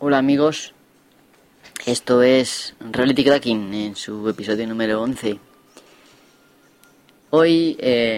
Hola amigos, esto es Reality Cracking en su episodio número 11. Hoy,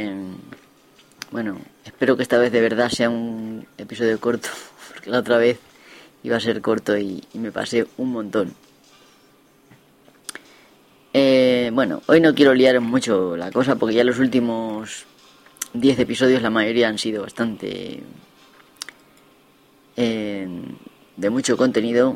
espero que esta vez de verdad sea un episodio corto, porque la otra vez iba a ser corto y me pasé un montón. Hoy no quiero liar mucho la cosa porque ya los últimos 10 episodios la mayoría han sido bastante de mucho contenido.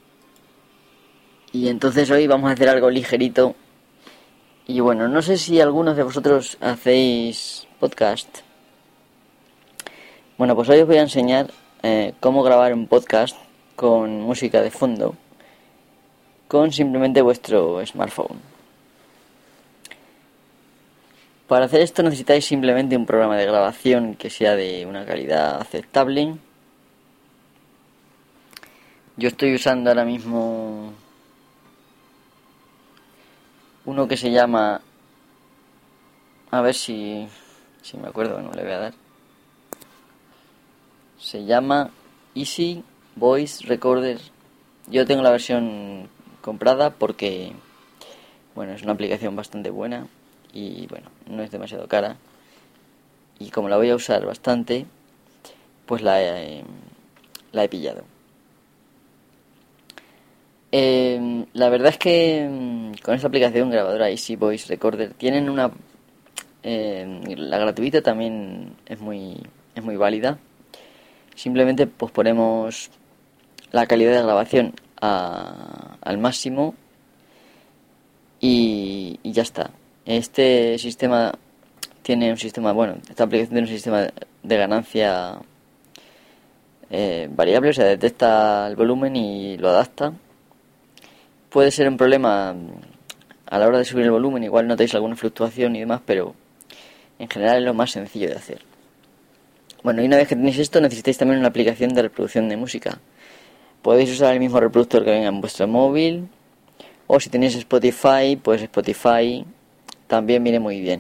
Y entonces hoy vamos a hacer algo ligerito. Y bueno, no sé si algunos de vosotros hacéis podcast. Bueno, pues hoy os voy a enseñar cómo grabar un podcast con música de fondo con simplemente vuestro smartphone. Para hacer esto necesitáis simplemente un programa de grabación que sea de una calidad aceptable. Yo estoy usando ahora mismo uno que se llama, a ver si me acuerdo, no le voy a dar. Se llama Easy Voice Recorder. Yo tengo la versión comprada porque, es una aplicación bastante buena y, no es demasiado cara. Y como la voy a usar bastante, pues la he pillado. La verdad es que con esta aplicación grabadora Easy Voice Recorder tienen una... la gratuita también es muy válida. Simplemente pues ponemos la calidad de grabación al máximo y ya está. Este sistema tiene un sistema, esta aplicación tiene un sistema de ganancia variable, o sea, detecta el volumen y lo adapta. Puede ser un problema a la hora de subir el volumen, igual notáis alguna fluctuación y demás, pero en general es lo más sencillo de hacer. Bueno, y una vez que tenéis esto, necesitáis también una aplicación de reproducción de música. Podéis usar el mismo reproductor que venga en vuestro móvil, o si tenéis Spotify, pues Spotify también viene muy bien.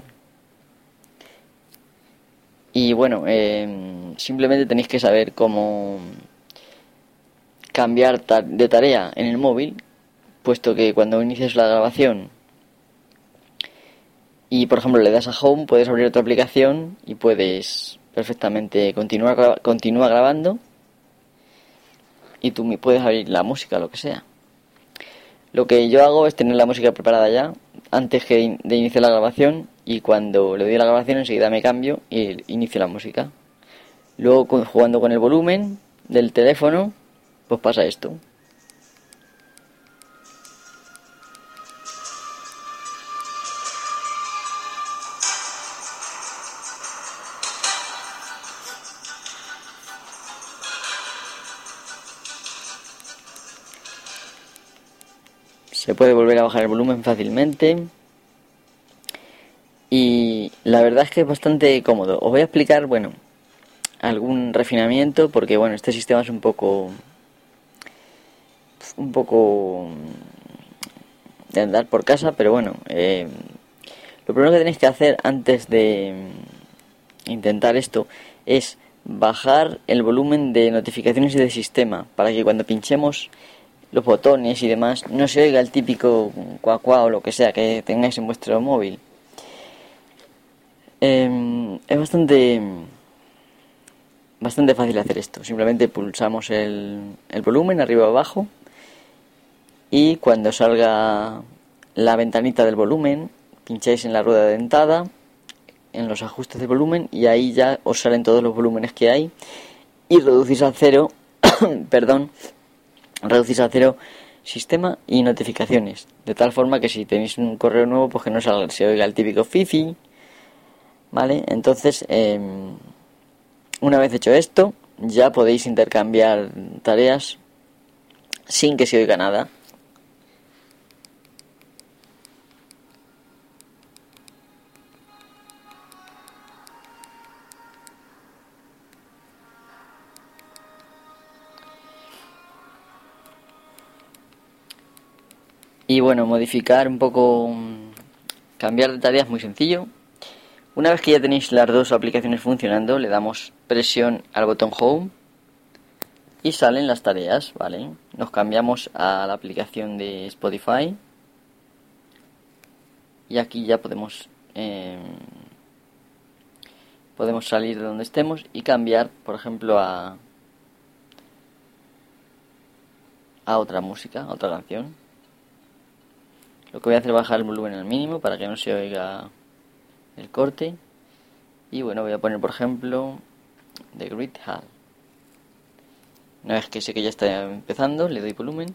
Y simplemente tenéis que saber cómo cambiar de tarea en el móvil, puesto que cuando inicias la grabación y por ejemplo le das a Home, puedes abrir otra aplicación y puedes perfectamente continúa grabando y tú puedes abrir la música, lo que sea. Lo que yo hago es tener la música preparada ya antes de iniciar la grabación, y cuando le doy a la grabación enseguida me cambio y inicio la música. Luego jugando con el volumen del teléfono, pues pasa esto. Se puede volver a bajar el volumen fácilmente. Y la verdad es que es bastante cómodo. Os voy a explicar, algún refinamiento, porque este sistema es un poco de andar por casa, pero lo primero que tenéis que hacer antes de intentar esto es bajar el volumen de notificaciones y de sistema, para que cuando pinchemos los botones y demás no se oiga el típico cuac cuac o lo que sea que tengáis en vuestro móvil. Es bastante fácil hacer esto. Simplemente pulsamos el volumen arriba o abajo, y cuando salga la ventanita del volumen pincháis en la rueda dentada, en los ajustes de volumen, y ahí ya os salen todos los volúmenes que hay y reducís al cero reducís a cero sistema y notificaciones, de tal forma que si tenéis un correo nuevo, pues que no se oiga el típico fifi, ¿vale? Entonces, una vez hecho esto, ya podéis intercambiar tareas sin que se oiga nada. Y modificar un poco, cambiar de tareas muy sencillo. Una vez que ya tenéis las dos aplicaciones funcionando, le damos presión al botón Home y salen las tareas, ¿vale? Nos cambiamos a la aplicación de Spotify y aquí ya podemos salir de donde estemos y cambiar, por ejemplo, a otra música, a otra canción. Lo que voy a hacer es bajar el volumen al mínimo para que no se oiga el corte. Y bueno, voy a poner, por ejemplo, The Great Hall. Una vez que sé que ya está empezando, le doy volumen.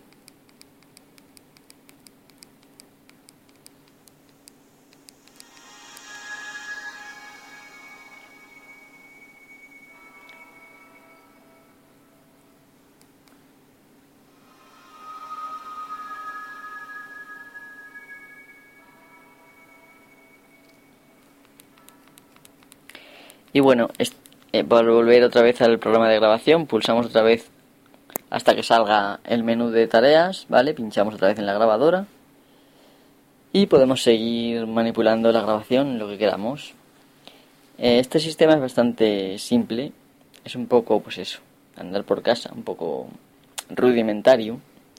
Y bueno, para volver otra vez al programa de grabación, pulsamos otra vez hasta que salga el menú de tareas, ¿vale? Pinchamos otra vez en la grabadora y podemos seguir manipulando la grabación lo que queramos. Este sistema es bastante simple, es un poco, pues eso, andar por casa, un poco rudimentario,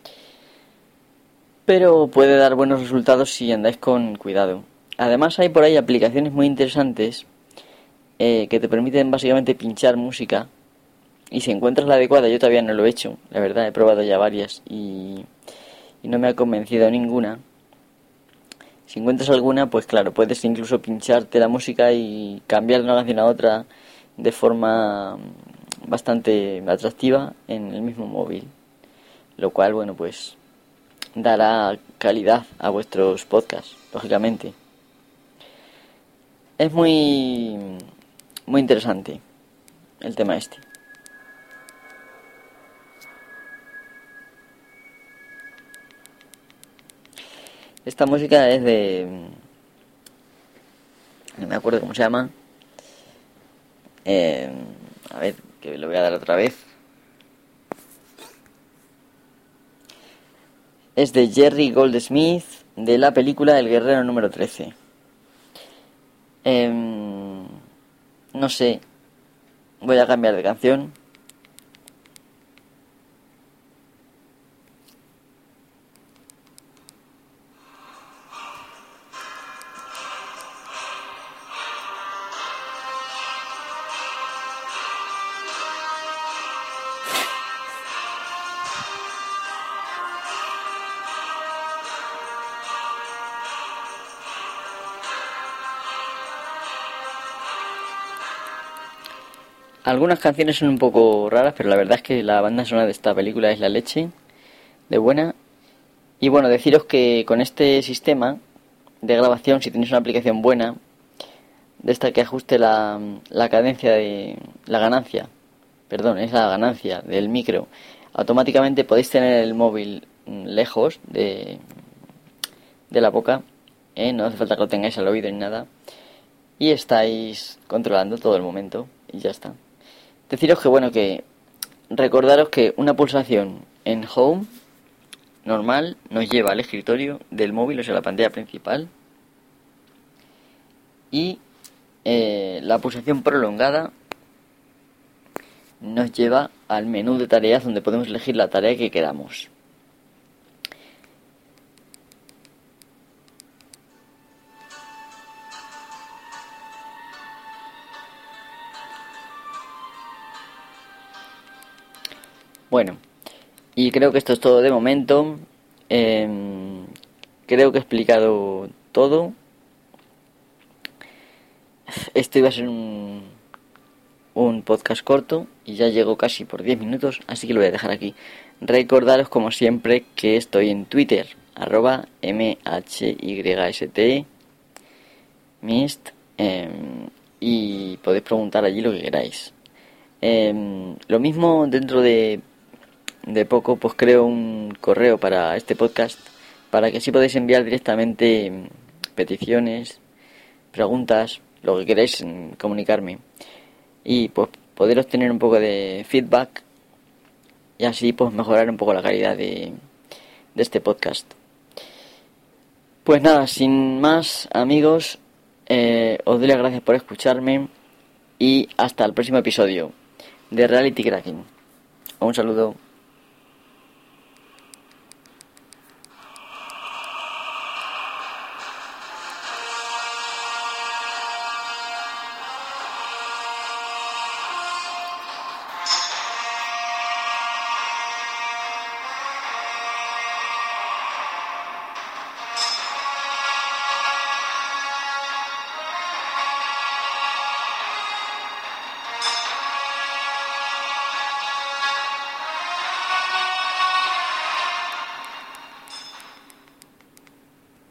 pero puede dar buenos resultados si andáis con cuidado. Además hay por ahí aplicaciones muy interesantes que te permiten básicamente pinchar música y si encuentras la adecuada. Yo todavía no lo he hecho, la verdad, he probado ya varias y no me ha convencido ninguna. Si encuentras alguna, pues claro, puedes incluso pincharte la música y cambiar de una canción a otra de forma bastante atractiva en el mismo móvil, lo cual, bueno, pues dará calidad a vuestros podcasts, lógicamente. Es muy interesante el tema este. Esta música es de... no me acuerdo cómo se llama. A ver, que lo voy a dar otra vez. Es de Jerry Goldsmith, de la película El Guerrero número 13. No sé, voy a cambiar de canción. Algunas canciones son un poco raras, pero la verdad es que la banda sonora de esta película es la leche, de buena. Y bueno, deciros que con este sistema de grabación, si tenéis una aplicación buena, de esta que ajuste la cadencia de... la ganancia, perdón, es la ganancia del micro, automáticamente podéis tener el móvil lejos de la boca, no hace falta que lo tengáis al oído ni nada, y estáis controlando todo el momento, y ya está. Deciros que bueno, que recordaros que una pulsación en Home normal nos lleva al escritorio del móvil, o sea, la pantalla principal, y la pulsación prolongada nos lleva al menú de tareas donde podemos elegir la tarea que queramos. Bueno, y creo que esto es todo de momento. Creo que he explicado todo. Esto iba a ser un podcast corto y ya llego casi por 10 minutos, así que lo voy a dejar aquí. Recordaros como siempre que estoy en Twitter, @MHYST Mist, y podéis preguntar allí lo que queráis. Lo mismo dentro de poco, pues creo un correo para este podcast para que así podáis enviar directamente peticiones, preguntas, lo que queráis comunicarme, y pues poder obtener un poco de feedback y así pues mejorar un poco la calidad de este podcast. Pues nada, sin más, amigos, os doy las gracias por escucharme y hasta el próximo episodio de Reality Cracking. Un saludo.